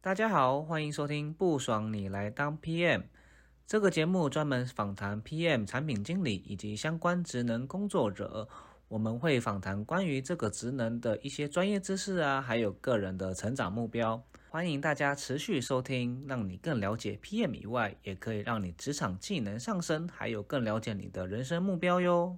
大家好，欢迎收听不爽你来当 PM。这个节目专门访谈 PM 产品经理以及相关职能工作者，我们会访谈关于这个职能的一些专业知识啊，还有个人的成长目标。欢迎大家持续收听，让你更了解 PM 以外，也可以让你职场技能上升，还有更了解你的人生目标哟。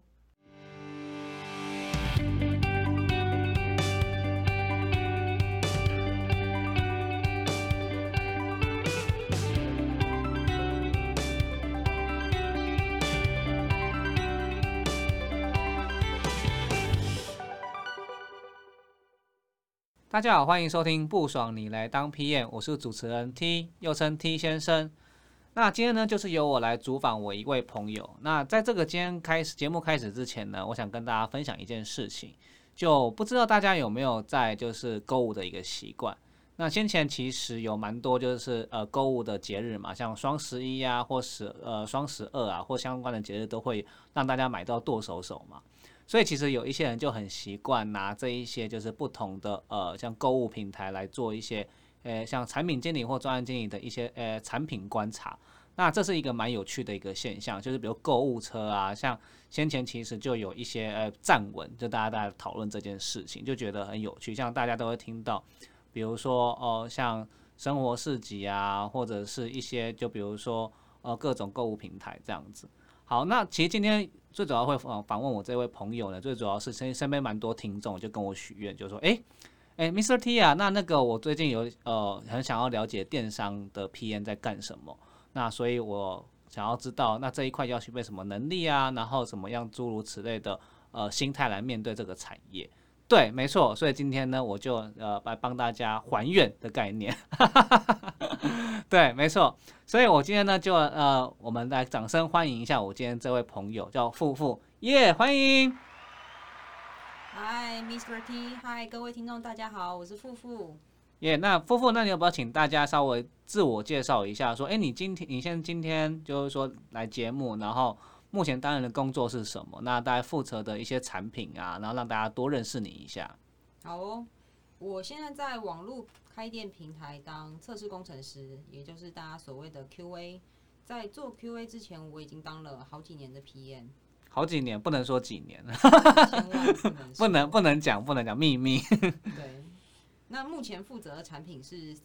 大家好，欢迎收听不爽你来当 PM， 我是主持人 T， 又称 T 先生。那今天呢，就是由我来主访我一位朋友。那在这个今天节目开始之前呢，我想跟大家分享一件事情，就不知道大家有没有在就是购物的一个习惯。那先前其实有蛮多就是购物的节日嘛，像双11啊，或是双12啊，或相关的节日都会让大家买到剁手手嘛。所以其实有一些人就很习惯拿这一些就是不同的像购物平台来做一些像产品经理或专案经理的一些产品观察。那这是一个蛮有趣的一个现象，就是比如购物车啊，像先前其实就有一些站文，就大家讨论这件事情，就觉得很有趣，像大家都会听到，比如说像生活市集啊，或者是一些就比如说各种购物平台这样子。好，那其实今天最主要会访问我这位朋友呢，最主要是身边蛮多听众就跟我许愿，就说Mr. T 啊，那个我最近有很想要了解电商的 PM 在干什么，那所以我想要知道那这一块要具备什么能力啊，然后怎么样诸如此类的心态来面对这个产业。对，没错，所以今天呢，我就来帮大家还愿的概念，对，没错，所以我今天呢就我们来掌声欢迎一下我今天这位朋友，叫富富，耶，欢迎。 嗨，Mr. T， 嗨，各位听众，大家好，我是富富。 耶，那富富，那你要不要请大家稍微自我介绍一下，说，你今天就是说来节目，然后目前担任的工作是什么？那大家负责的一些产品啊，然后让大家多认识你一下。 好哦，我现在在网络开店平台当测试工程师，也就是大家所谓的 QA。在做 QA 之前，我已经当了好几年的 PM。 好几年，不能说几年， 千万不能说不能讲秘密。 对，那目前负责的产品是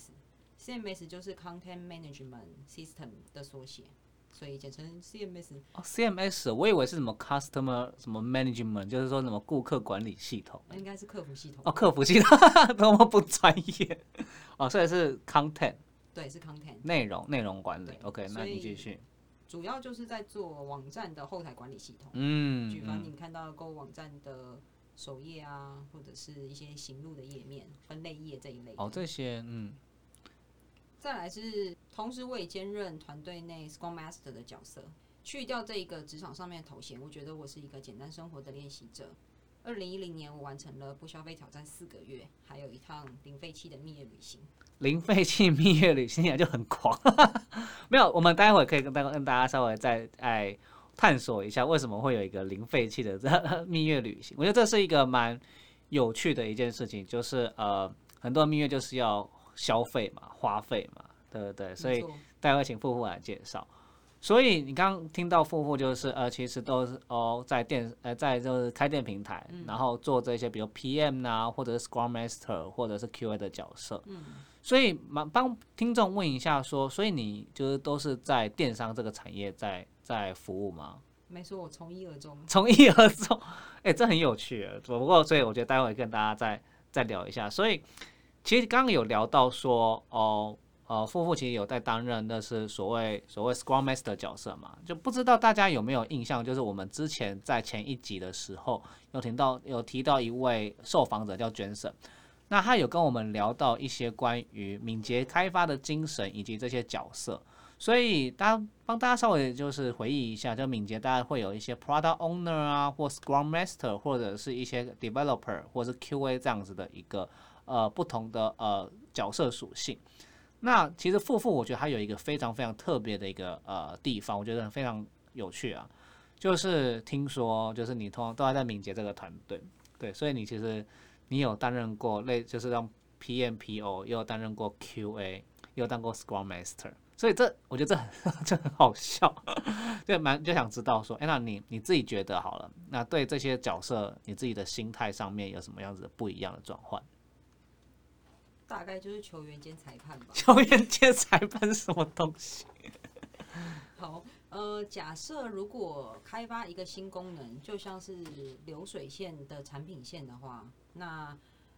CMS 就是 Content Management System 的缩写，所以简称 CMS。 CMS， 我以为是什么 Customer 什么 Management， 就是说什么顾客管理系统。 应该是客服系统。 客服系统，多么不专业。所以是 Content。 对，是 Content 内容管理。OK， 那你继续。 主要就是在做网站的后台管理系统。举凡你看到购物网站的首页啊，或者是一些行路的页面、分类页这一类的。 这些再来是，同时我也兼任团队内 Scrum Master 的角色。去掉这一个职场上面的头衔，我觉得我是一个简单生活的练习者。2010年，我完成了不消费挑战4个月，还有一趟零废弃的蜜月旅行。 零废弃蜜月旅行起来就很狂，没有，我们待会可以跟大家稍微再探索一下为什么会有一个零废弃的蜜月旅行。我觉得这是一个蛮有趣的一件事情，就是很多蜜月就是要消费嘛，花费嘛，对不对？所以待会请富富来介绍。所以你刚刚听到富富就是其实都是在就是开店平台，然后做这些比如 PM 啊，或者是 Scrum Master 或者是 QA 的角色。所以帮听众问一下说，所以你就是都是在电商这个产业在服务吗？ 没错，我从一而终。 从一而终，这很有趣。不过所以我觉得待会跟大家再聊一下。所以其实刚刚有聊到说富富其实有在担任的是所谓 Scrum Master 的角色嘛，就不知道大家有没有印象，就是我们之前在前一集的时候有提到一位受访者叫 Jensen， 那他有跟我们聊到一些关于敏捷开发的精神以及这些角色，所以帮大家稍微就是回忆一下，就敏捷大家会有一些 Product Owner 啊，或 Scrum Master， 或者是一些 Developer 或者是 QA 这样子的一个不同的角色属性。那其实富富我觉得它有一个非常非常特别的一个地方，我觉得非常有趣啊，就是听说就是你通常都在敏捷这个团队，对，所以你其实你有担任过就是让 PM、PO，也有担任过 QA，也有当过 Scrum Master，所以我觉得这很好笑，就想知道说，那你自己觉得好了，那对这些角色你自己的心态上面有什么样子不一样的转换？ 大概就是球员兼裁判吧。 球员兼裁判是什么东西？ 好，假设如果开发一个新功能，就像是流水线的产品线的话，那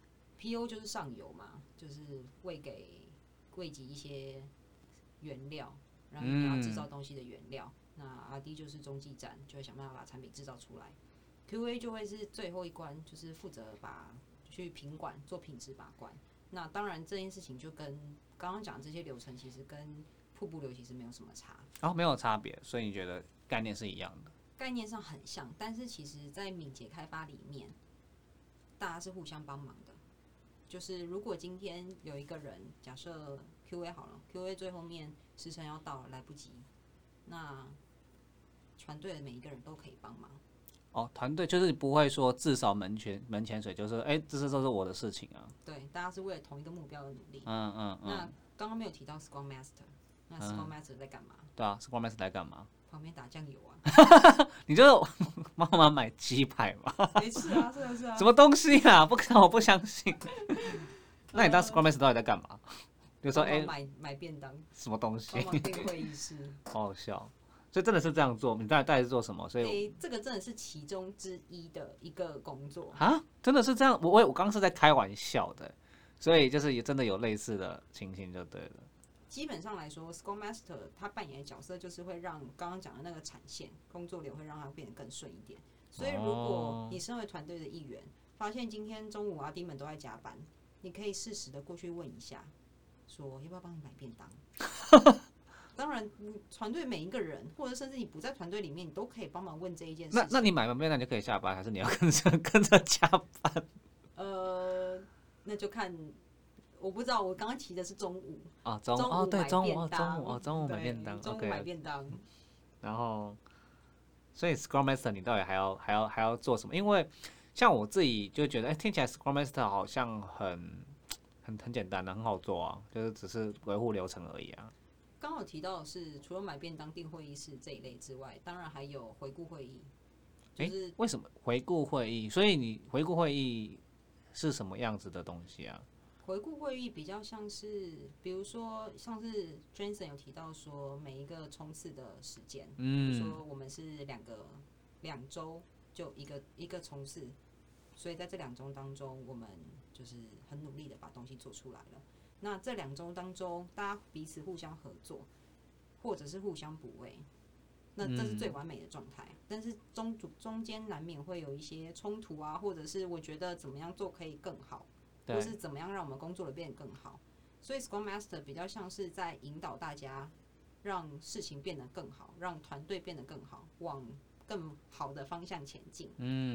PO 就是上游嘛，就是喂给一些原料，然后你要制造东西的原料。那 RD 就是中继站，就会想办法把产品制造出来。QA 就会是最后一关，就是负责去品管做品质把关。那当然这件事情就跟刚刚讲这些流程，其实跟瀑布流其实没有什么差。 没有差别，所以你觉得概念是一样的？ 概念上很像，但是其实在敏捷开发里面，大家是互相帮忙的。就是如果今天有一个人，假设 QA 好了 ，QA 最后面时辰要到了来不及，那团队的每一个人都可以帮忙。 团队就是不会说至少门前水，就是这是我的事情啊。 对，大家是为了同一个目标而努力。那刚刚没有提到 Scrum Master， 那 Scrum Master 在干嘛？ 对啊 ，Scrum Master 在干嘛？ 旁边打酱油啊。 你就是帮忙买鸡排吗？ 是啊，是啊，是啊。 什么东西啊？不可能，我不相信。那你当 Scrum Master 到底在干嘛？就说买便当， 什么东西？ 帮忙订会议室， 好好笑。所以真的是这样做，你到底是做什么？所以这个真的是其中之一的一个工作啊，真的是这样。我刚刚是在开玩笑的，所以就是也真的有类似的情形就对了。 基本上来说 ，Scrum Master 他扮演的角色就是会让刚刚讲的那个产线工作流会让它变得更顺一点。所以如果你身为团队的一员，发现今天中午RD们都在加班，你可以适时的过去问一下，说要不要帮你买便当。当然，团队每一个人，或者甚至你不在团队里面，你都可以帮忙问这一件事情。 那你买完便当就可以下班，还是你要跟着加班？ 那就看，我不知道。我刚刚提的是中午中午对中午中午买便当， 中午买便当。 然后，所以 Scrum Master 你到底还要做什么？因为像我自己就觉得，听起来 Scrum Master 好像很简单的，很好做啊，就是只是维护流程而已啊。 刚好提到的是，除了买便当、订会议室这一类之外，当然还有回顾会议。就是为什么回顾会议？所以你回顾会议是什么样子的东西啊？ 回顾会议比较像是，比如说像是 Jensen 有提到说，每一个冲刺的时间，比如说我们是两周就一个冲刺，所以在这2周当中，我们就是很努力的把东西做出来了。那这2周当中，大家彼此互相合作，或者是互相补位，那这是最完美的状态。但是中间难免会有一些冲突啊，或者是我觉得怎么样做可以更好，或是怎么样让我们工作的变得更好。所以 Scrum Master 比较像是在引导大家，让事情变得更好，让团队变得更好，往更好的方向前进。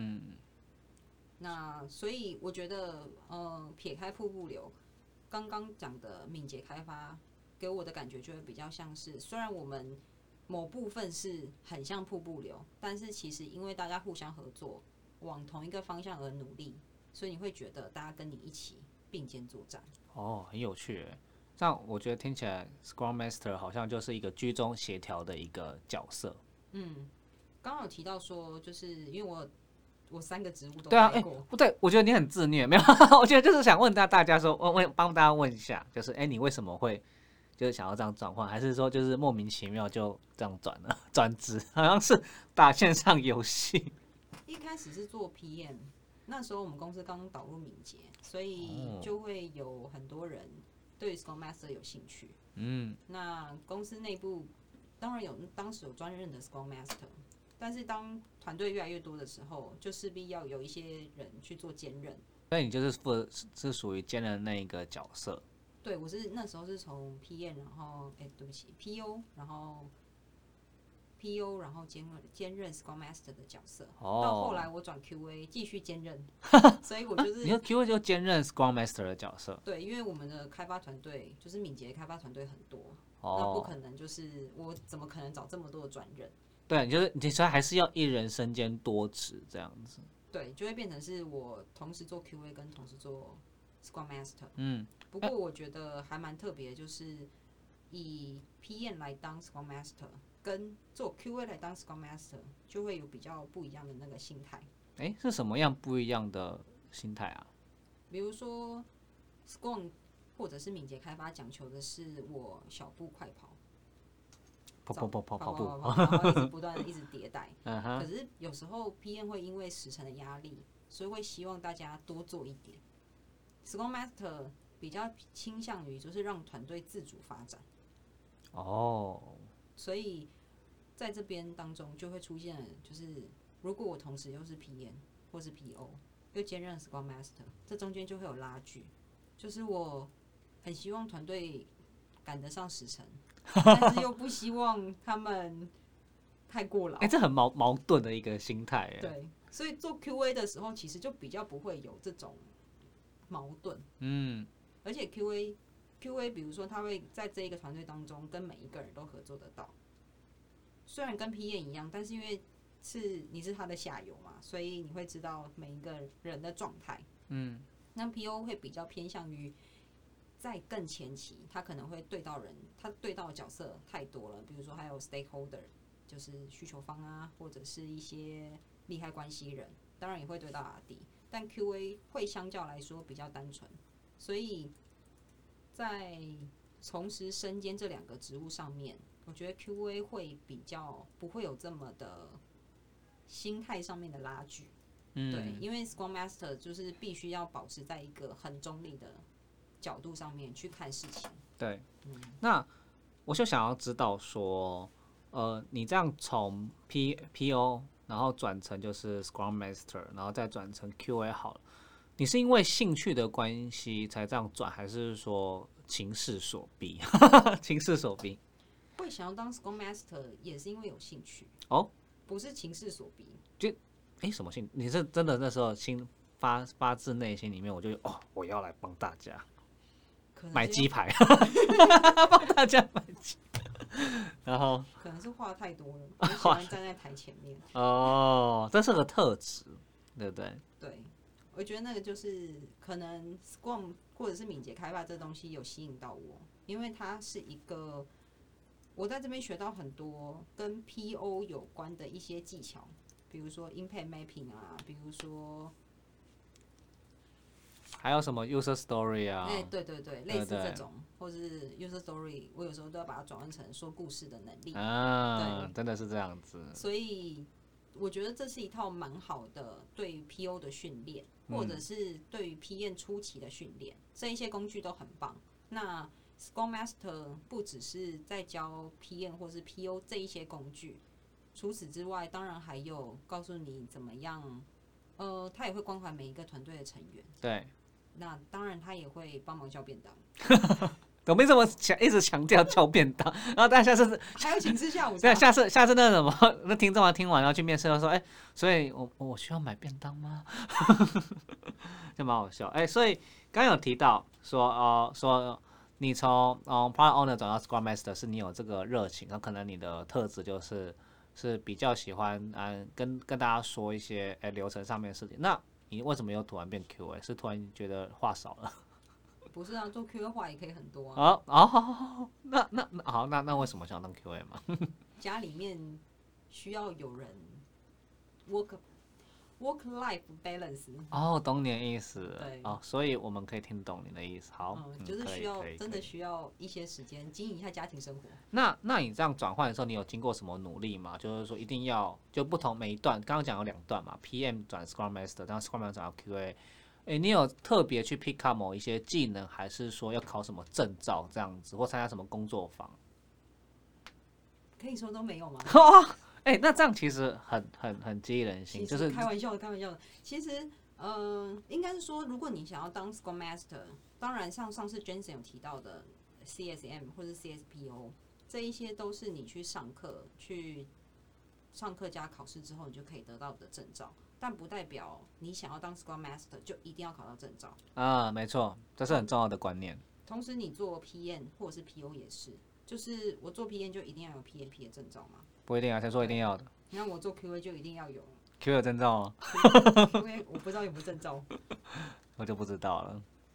那所以我觉得，撇开瀑布流。刚刚讲的敏捷开发给我的感觉就会比较像是，虽然我们某部分是很像瀑布流，但是其实因为大家互相合作，往同一个方向而努力，所以你会觉得大家跟你一起并肩作战。 很有趣耶。这样我觉得听起来 Scrum Master 好像就是一个居中协调的一个角色。 刚刚有提到说，就是因为我3个职务都待过。 不对，我觉得你很自虐，没有，我觉得就是想问大家说，帮大家问一下，就是你为什么会就是想要这样转换，还是说就是莫名其妙就这样转了转职，好像是打线上游戏。 一开始是做 PM， 那时候我们公司刚导入敏捷，所以就会有很多人对 Scrum Master 有兴趣。那公司内部当然当时有专任的 Scrum Master。但是当团队越来越多的时候，就势必要有一些人去做兼任。 所以你就是是属于兼任那一个角色。 对，我是那时候是从 PM， 然后对不起 PO， 然后兼任 Scrum Master 的角色。到后来我转 QA 继续兼任，所以我就是你说 QA 就兼任 Scrum Master 的角色。 对，因为我们的开发团队就是敏捷开发团队很多，那不可能就是我怎么可能找这么多的转任？ 对，你说还是要一人身兼多职这样子。 对，就会变成是我同时做 QA 跟同时做 Scrum Master。 嗯， 不过我觉得还蛮特别的，就是以 PM 来当 Scrum Master，跟做 QA 来当 Scrum Master，就会有比较不一样的那个心态。 是什么样不一样的心态啊？ 比如说 Scrum 或者是敏捷开发讲求的是我小步快跑， 跑步， 然后一直不断的一直迭代。 嗯可是有时候 PM 会因为时程的压力，所以会希望大家多做一点。Scrum Master 比较倾向于就是让团队自主发展。 哦， 所以在这边当中就会出现，就是如果我同时又是 PM 或是 PO， 又兼任 Scrum Master， 这中间就会有拉锯。就是我很希望团队赶得上时程，但是又不希望他们太过劳。 这很矛盾的一个心态。 对，所以做 QA 的时候，其实就比较不会有这种矛盾。而且 QA 比如说他会在这一个团队当中跟每一个人都合作得到，虽然跟 PM 一样，但是因为你是他的下游嘛，所以你会知道每一个人的状态。那 PO 会比较偏向于在更前期，他可能会对到人，他对到的角色太多了，比如说还有 stakeholder， 就是需求方啊，或者是一些利害关系人，当然也会对到 RD， 但 QA 会相较来说比较单纯，所以在同时身兼这两个职务上面，我觉得 QA 会比较不会有这么的心态上面的拉锯。对，因为 Scrum Master 就是必须要保持在一个很中立的角度上面去看事情。 对，那我就想要知道说，你这样从 PO 然后转成就是 Scrum Master， 然后再转成 QA 好了，你是因为兴趣的关系才这样转，还是说情势所逼？情势所逼。 会想要当 Scrum Master 也是因为有兴趣哦， 不是情势所逼。 什么兴？你是真的那时候发自内心里面，我就我要来帮大家买鸡排，帮大家买鸡排，然后可能是话太多了，我喜欢站在台前面。 这是个特质，对不对？ 对，我觉得那个就是可能 Scrum 或者是敏捷开发这东西有吸引到我，因为它是一个我在这边学到很多跟 PO 有关的一些技巧。比如说 impact mapping 啊，比如说还有什么 user story 啊？ 对，类似这种，或是 user story， 我有时候都要把它转换成说故事的能力。 对，真的是这样子。 所以我觉得这是一套蛮好的对于 PO 的训练，或者是对于 PM 初期的训练，这一些工具都很棒。那 Scrum Master 不只是在教 PM 或是 PO 这一些工具。除此之外，当然还有告诉你怎么样，他也会关怀每一个团队的成员。 对， 那当然他也会帮忙叫便当。 我没这么一直强调叫便当，然后大家下次还有请吃下午茶。 下次那什么，那听众听完然后去面试，他说所以我需要买便当吗？就蛮好笑。所以刚刚有提到说你从Product Owner 转到 Scrum Master 是你有这个热情，那可能你的特质是比较喜欢跟大家说一些流程上面的事情。那你为什么又突然变 QA？ 是突然觉得话少了？ 不是啊，做 QA 话也可以很多啊。 那为什么想当 QA 嘛？ 家里面需要有人 work-life balance。 懂你的意思。 对。 所以我们可以听懂你的意思。好， 就是真的需要一些时间经营一下家庭生活。 那你这样转换的时候，你有经过什么努力吗？就是说一定要就不同每一段，刚刚讲有2段嘛 ，PM 转 Scrum Master， 然后 Scrum Master 转到 QA。你有特别去 pick up 某一些技能，还是说要考什么证照这样子，或参加什么工作坊？ 可以说都没有吗？ 那这样其实很激励人心，就是开玩笑的。其实，应该是说，如果你想要当 Scrum Master， 当然像上次 Jensen 有提到的 CSM 或是 CSPO， 这一些都是你去上课加考试之后，你就可以得到的证照。但不代表你想要当 Scrum Master 就一定要考到证照。 没错，这是很重要的观念。 同时，你做 PM 或者是 PO 也是，就是我做 PM 就一定要有 PMP 的证照吗？ 不一定啊，谁说一定要的？ 那我做 QA 就一定要有 QA 证照吗 ？QA 我不知道有没有证照， 我就不知道了。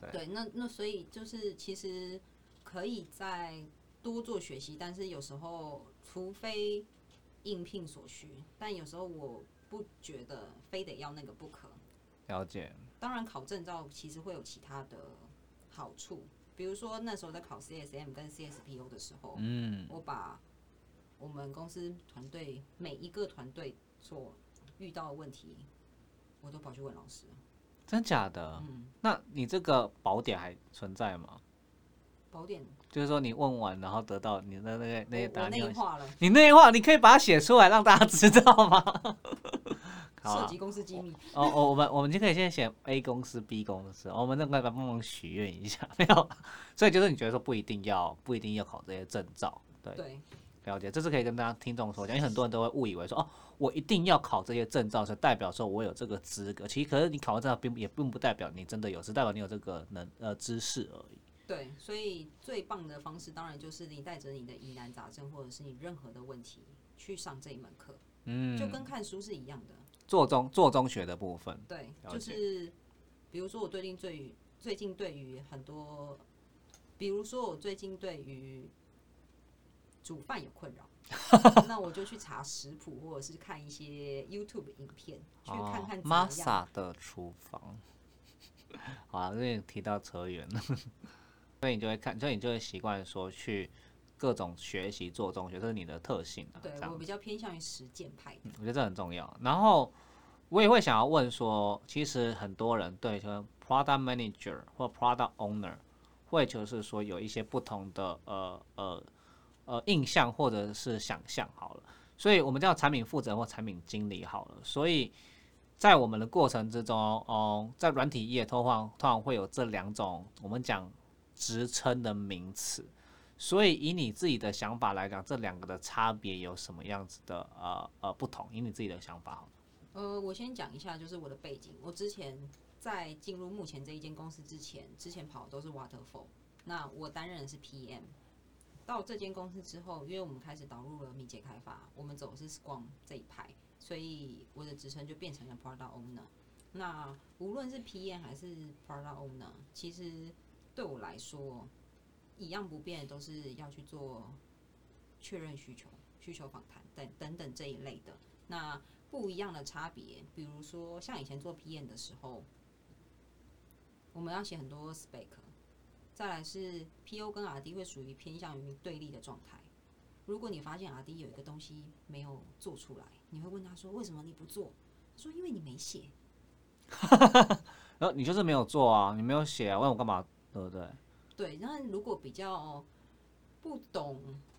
对，那所以就是其实可以再多做学习，但是有时候除非应聘所需，但有时候我不觉得非得要那个不可。 了解。 当然，考证照其实会有其他的好处，比如说那时候在考 CSM 跟 CSPO 的时候，我把我们公司团队每一个团队所遇到的问题，我都跑去问老师。 真假的？那你这个宝典还存在吗？ 宝典就是说你問完，然后得到你的那些答案， 我内化了。 你内化，你可以把它写出来让大家知道吗？ 涉及公司机密。 我们就可以先写 A 公司、B 公司，我们那个帮忙许愿一下，没有。所以就是你觉得说不一定要考这些证照，对。了解，这是可以跟大家听众说讲，因为很多人都会误以为说，哦，我一定要考这些证照，才代表说我有这个资格。其实，可是你考完证照也并不代表你真的有，只代表你有这个知识而已。 对，所以最棒的方式当然就是你带着你的疑难杂症，或者是你任何的问题去上这一门课，就跟看书是一样的。做中学的部分， 对，就是比如说我最近对于很多，比如说我最近对于煮饭有困扰，那我就去查食谱，或者是看一些 YouTube 影片，去看看怎么样。 Masa 的厨房，好啊，这里提到扯远了，所以你就会看，所以你就会习惯说去各种学习做中学，这是你的特性啊。 对，我比较偏向于实践派的。 我觉得这很重要。然后我也会想要问说，其实很多人对说 product manager 或 product owner 会就是说有一些不同的印象或者是想象好了，所以我们叫产品负责人或产品经理好了。所以在我们的过程之中，在软体业通常会有这两种我们讲职称的名词。所以以你自己的想法来讲，这两个的差别有什么样子的不同？以你自己的想法好了。 我先讲一下，就是我的背景。我之前在进入目前这一间公司之前跑的都是 Waterfall， 那我担任的是 PM。到这间公司之后，因为我们开始导入了敏捷开发，我们走的是 Scrum 这一派，所以我的职称就变成了 Product Owner。那无论是 PM 还是 Product Owner， 其实对我来说一样不变，都是要去做确认需求访谈等等这一类的。那不一样的差别，比如说像以前做 PM 的时候，我们要写很多 spec。再来是 PO 跟 RD 会属于偏向于对立的状态。如果你发现 RD 有一个东西没有做出来，你会问他说：“为什么你不做？”他说：“因为你没写。” 然后你就是没有做啊，你没有写啊，问我干嘛？对不对？ 对，那如果比较不懂，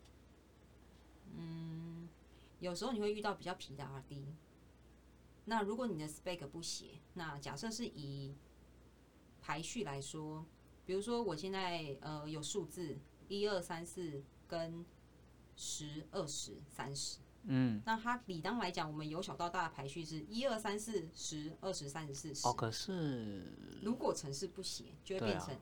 有时候你会遇到比较皮的 RD。那如果你的 spec 不写，那假设是以排序来说。比如说，我现在有数字1、2、3、4跟10、20、30。那它理当来讲，我们由小到大的排序是1、2、3、4、10、20、30、40。 可是如果程式不写，就会变成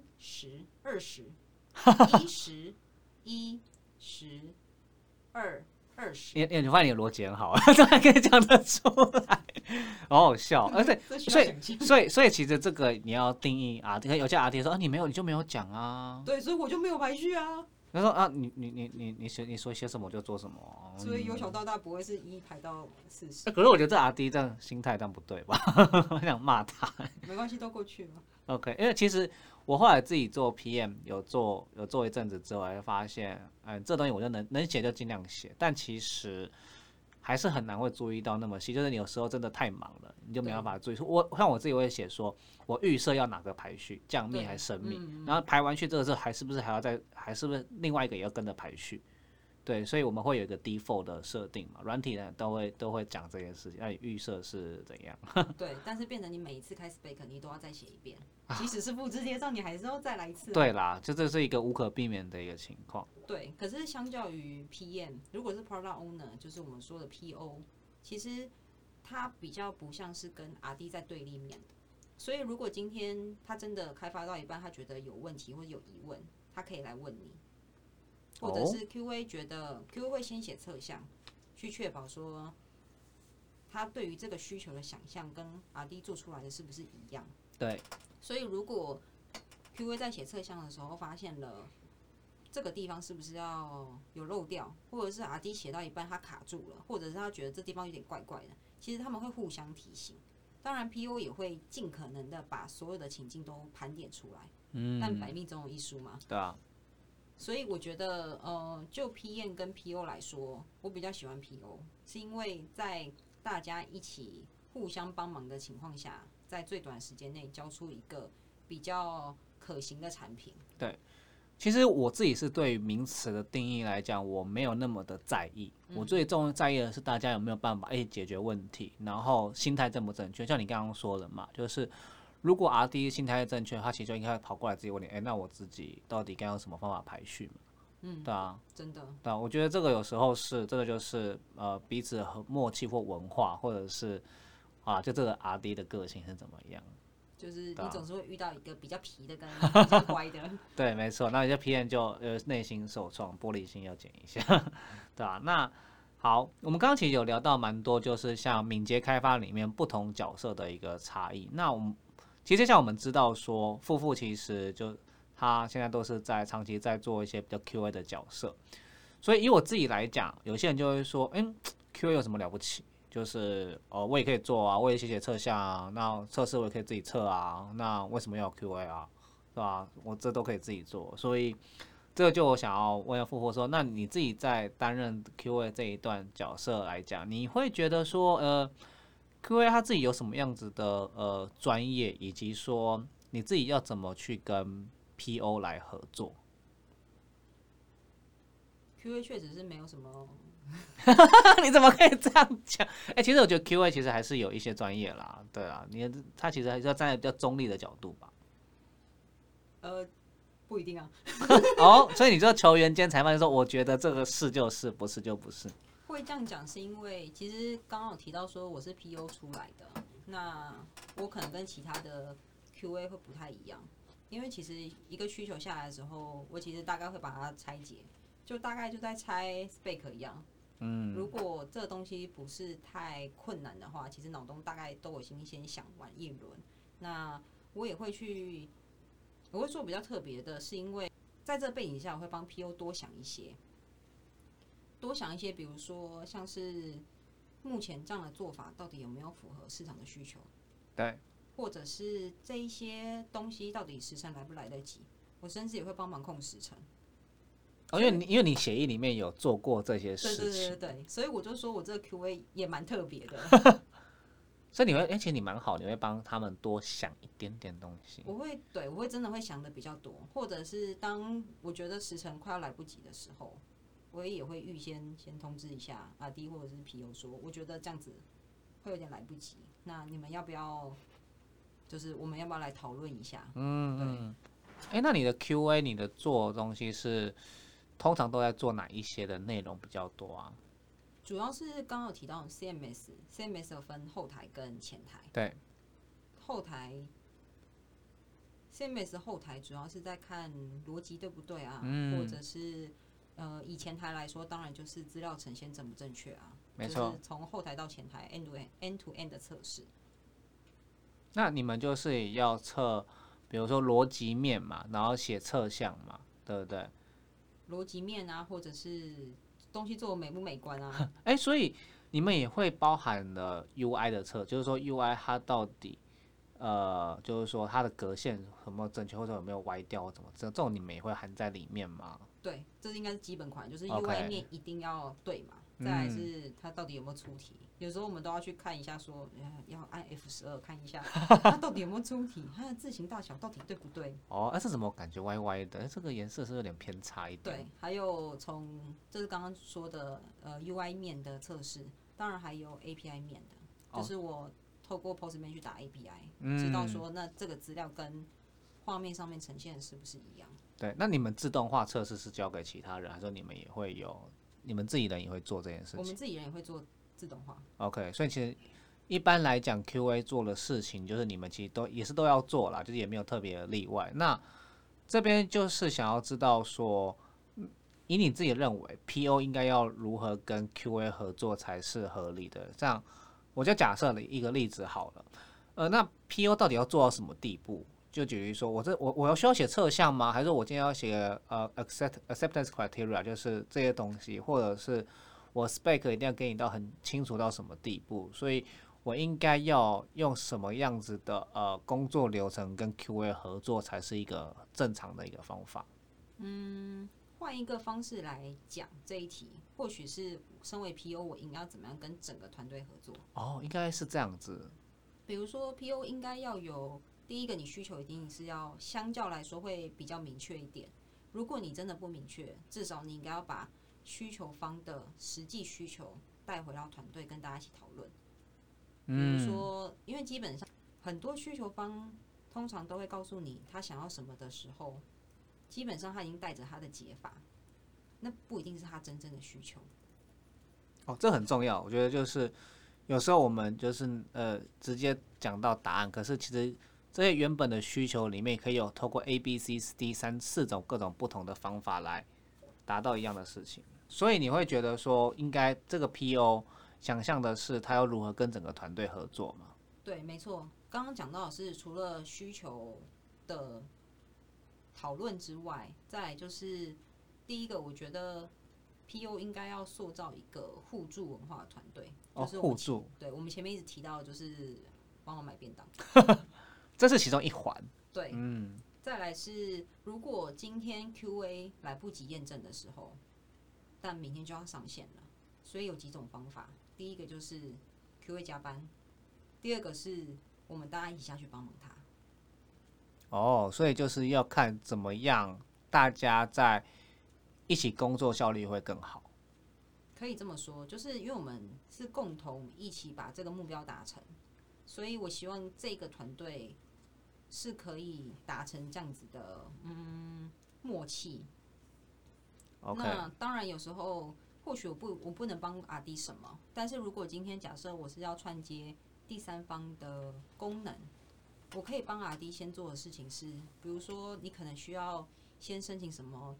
1、10、20、1、10、1、10、2、20。 你发现你的逻辑很好，这还可以讲得出来，好好笑。而且，所以其实这个你要定义啊，有些 RT 说你没有，你就没有讲啊。 对，所以我就没有排序啊。 他说啊，你说写什么我就做什么。 所以由小到大不会是1排到40。 可是我觉得这 RT 这样心态这样不对吧？我想骂他。 没关系，都过去了。 OK， 因为其实我后来自己做 PM 有做一阵子之后，才发现，这东西我就能写就尽量写，但其实还是很难会注意到那么细，就是你有时候真的太忙了，你就没办法注意。像我自己会写说，我预设要哪个排序，降密还是升密，然后排完序这个时候还是不是另外一个也要跟着排序？对，所以我们会有一个 default 的设定嘛，软体呢都会讲这件事情，那你预设是怎样？ 对，但是变成你每一次开 spec 你都要再写一遍，即使是复制贴上，你还是要再来一次。 对啦，就这是一个无可避免的一个情况。 对，可是相较于 PM， 如果是 Product Owner， 就是我们说的 PO， 其实它比较不像是跟 RD 在对立面的。所以如果今天他真的开发到一半，他觉得有问题或者有疑问，他可以来问你。或者是 QA 觉得 QA 会先写侧向，去确保说他对于这个需求的想象跟 RD 做出来的是不是一样。 对。 所以如果 QA 在写测项的时候发现了这个地方是不是要有漏掉，或者是 RD 写到一半他卡住了，或者是他觉得这地方有点怪怪的，其实他们会互相提醒。当然 PO 也会尽可能的把所有的情境都盘点出来，但百密总有一疏嘛。 对啊。 所以我觉得，就 PM 跟 PO 来说，我比较喜欢 PO， 是因为在大家一起互相帮忙的情况下，在最短时间内交出一个比较可行的产品。 对，其实我自己是对名词的定义来讲，我没有那么的在意。我最在意的是大家有没有办法一起解决问题，然后心态正不正确。像你刚刚说的嘛，就是如果 RD 心态正确，他其实就应该跑过来自己问你，那我自己到底该用什么方法排序嘛？对啊， 真的， 对啊，我觉得这个有时候是这个就是彼此和默契或文化，或者是就这个 RD 的个性是怎么样。 就是你总是会遇到一个比较皮的跟比较乖的。 对，没错，那有些 PM 就内心受创，玻璃心要剪一下，对吧？那好，我们刚刚其实有聊到蛮多，就是像敏捷开发里面不同角色的一个差异。那我们其实像我们知道说，富其实就他现在都是长期在做一些比较 QA 的角色，所以以我自己来讲，有些人就会说，QA 有什么了不起？就是我也可以做啊，我也写测项啊，那测试我也可以自己测啊，那为什么要有 QA 啊？是吧？我这都可以自己做，所以这个就我想要问富说，那你自己在担任 QA 这一段角色来讲，你会觉得说QA 他自己有什么样子的专业，以及说你自己要怎么去跟 PO 来合作 ？QA 确实是没有什么。 你怎么可以这样讲？其实我觉得 QA 其实还是有一些专业啦，对啊，他其实还是要站在比较中立的角度吧。 不一定啊。 所以你说球员兼裁判说，我觉得这个是就是，不是就不是。 会这样讲是因为其实刚刚有提到说我是 PO 出来的，那我可能跟其他的 QA 会不太一样，因为其实一个需求下来的时候，我其实大概会把它拆解，就大概就在拆 spec 一样。如果这东西不是太困难的话，其实脑中大概都已经先想完一轮。那我也会去，我会做比较特别的，是因为在这背景下，我会帮 PO 多想一些，比如说像是目前这样的做法到底有没有符合市场的需求， 对， 或者是这一些东西到底时程来不来得及，我甚至也会帮忙控时程。 因为你协议里面有做过这些事情， 对，所以我就说我这个 QA 也蛮特别的。 所以你会，其实你蛮好，你会帮他们多想一点点东西。 我会真的会想的比较多，或者是当我觉得时程快要来不及的时候，我也会预先通知一下RD或者是 PO 说，我觉得这样子会有点来不及，那你们要不要，就是我们要不要来讨论一下？ 对。那你的 QA 你的做的东西是通常都在做哪一些的内容比较多啊？ 主要是刚刚有提到 CMS 有分后台跟前台。 对， 后台 CMS 后台主要是在看逻辑对不对啊，或者是以前台来说，当然就是资料呈现正不正确啊， 没错， 就是从后台到前台 end to end 的测试。 那你们就是要测，比如说逻辑面嘛，然后写测项嘛，对不对？ 逻辑面啊，或者是东西做的美不美观啊？ 所以你们也会包含了 UI 的测，就是说 UI 它到底就是说它的格线有没有正确，或者有没有歪掉，或怎么这种你们也会含在里面吗？ 对，这应该是基本款，就是 UI 面一定要对嘛。再来是它到底有没有出题，有时候我们都要去看一下说，要按 F12 看一下它到底有没有出题，它的字形大小到底对不对？ 这怎么感觉歪歪的？这个颜色是有点偏差一点。 对，还有这是刚刚说的UI 面的测试，当然还有 API 面的，就是我透过 Postman 去打 API，知道说那这个资料跟画面上面呈现的是不是一样？ 对，那你们自动化测试是交给其他人，还是说你们也会有，你们自己人也会做这件事情？ 我们自己人也会做自动化。 OK， 所以其实一般来讲 ，QA 做的事情就是你们其实也是都要做啦，就是也没有特别的例外。那这边就是想要知道说，以你自己认为 PO 应该要如何跟 QA 合作才是合理的？这样我就假设了一个例子好了，那 PO 到底要做到什么地步？ 就举例说，我要需要写侧项吗？还是我今天要写acceptance criteria，就是这些东西，或者是我 spec 一定要给你到很清楚到什么地步？所以我应该要用什么样子的工作流程跟 QA 合作才是一个正常的一个方法？ 换一个方式来讲这一题，或许是身为 PO， 我应该要怎么样跟整个团队合作？ 哦，应该是这样子。 比如说 PO 应该要有第一个，你需求一定是要相较来说会比较明确一点。如果你真的不明确，至少你应该要把需求方的实际需求带回到团队跟大家一起讨论。比如说，因为基本上很多需求方通常都会告诉你他想要什么的时候，基本上他已经带着他的解法，那不一定是他真正的需求。 哦，这很重要，我觉得就是有时候我们就是直接讲到答案，可是其实这些原本的需求里面可以有透过 A、B、C、D 四种各种不同的方法来达到一样的事情，所以你会觉得说，应该这个 PO 想象的是他要如何跟整个团队合作吗？ 对，没错。刚刚讲到的是除了需求的讨论之外，再来就是第一个，我觉得 PO 应该要塑造一个互助文化的团队，就是互助。 对，我们前面一直提到的就是帮我买便当， 这是其中一环。 对，再来是如果今天 QA 来不及验证的时候，但明天就要上线了，所以有几种方法。第一个就是 QA 加班，第二个是我们大家一起下去帮忙他。 哦，所以就是要看怎么样大家在一起工作效率会更好。 可以这么说，就是因为我们是共同一起把这个目标达成，所以我希望这个团队是可以达成这样子的默契。 Okay. 那当然有时候或许我不能帮阿弟什么，但是如果今天假设我是要串接第三方的功能，我可以帮阿弟先做的事情是，比如说你可能需要先申请什么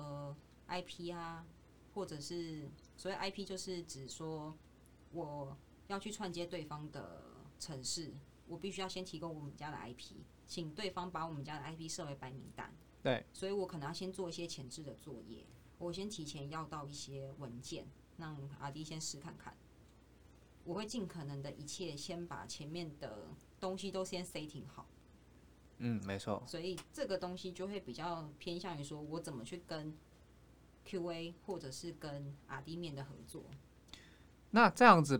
IP 啊，或者是所谓 IP 就是指说我要去串接对方的程式，我必须要先提供我们家的 IP， 请对方把我们家的 IP 设为白名单。 对， 所以我可能要先做一些前置的作业，我先提前要到一些文件，让阿弟先试看看。我会尽可能的一切先把前面的东西都先 setting 好。 没错。 所以这个东西就会比较偏向于说我怎么去跟 QA 或者是跟 RD 面的合作。 那这样子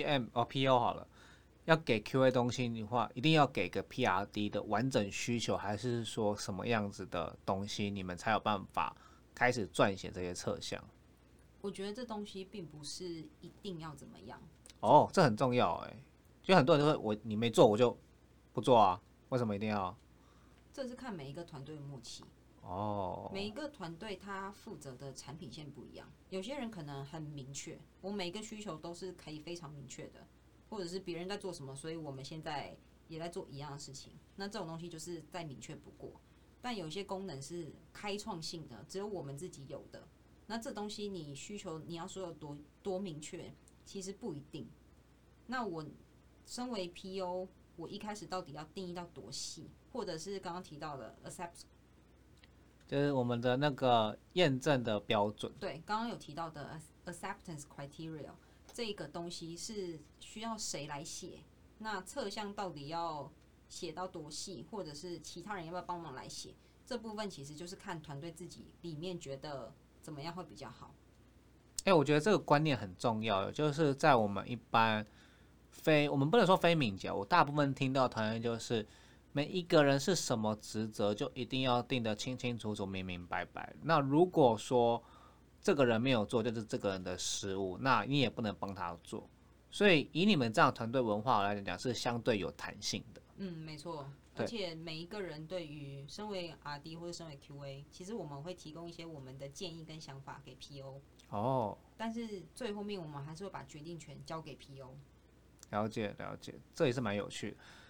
PO 好了，要给 QA 东西的话，一定要给个 PRD 的完整需求，还是说什么样子的东西，你们才有办法开始撰写这些侧项？ 我觉得这东西并不是一定要怎么样。 哦，这很重要哎，就很多人都会你没做我就不做啊，为什么一定要？ 这是看每一个团队的默契。 哦， 每一个团队他负责的产品线不一样，有些人可能很明确，我每一个需求都是可以非常明确的，或者是别人在做什么，所以我们现在也在做一样的事情。那这种东西就是再明确不过。但有些功能是开创性的，只有我们自己有的。那这东西你需求你要说有多明确，其实不一定。那我身为 PO， 我一开始到底要定义到多细，或者是刚刚提到的就是我们的那个验证的标准。 对，刚刚有提到的 acceptance criteria 这个东西是需要谁来写？那侧项到底要写到多细，或者是其他人要不要帮忙来写？这部分其实就是看团队自己里面觉得怎么样会比较好。 我觉得这个观念很重要，就是在我们一般我们不能说非敏捷，我大部分听到团队就是每一个人是什么职责，就一定要定得清清楚楚、明明白白。那如果说这个人没有做，就是这个人的失误，那你也不能帮他做。所以以你们这样团队文化来讲，是相对有弹性的。 没错。而且每一个人对于身为 RD 或者身为 QA， 其实我们会提供一些我们的建议跟想法给 PO。 哦。 但是最后面我们还是会把决定权交给 PO。 了解了解，这也是蛮有趣的。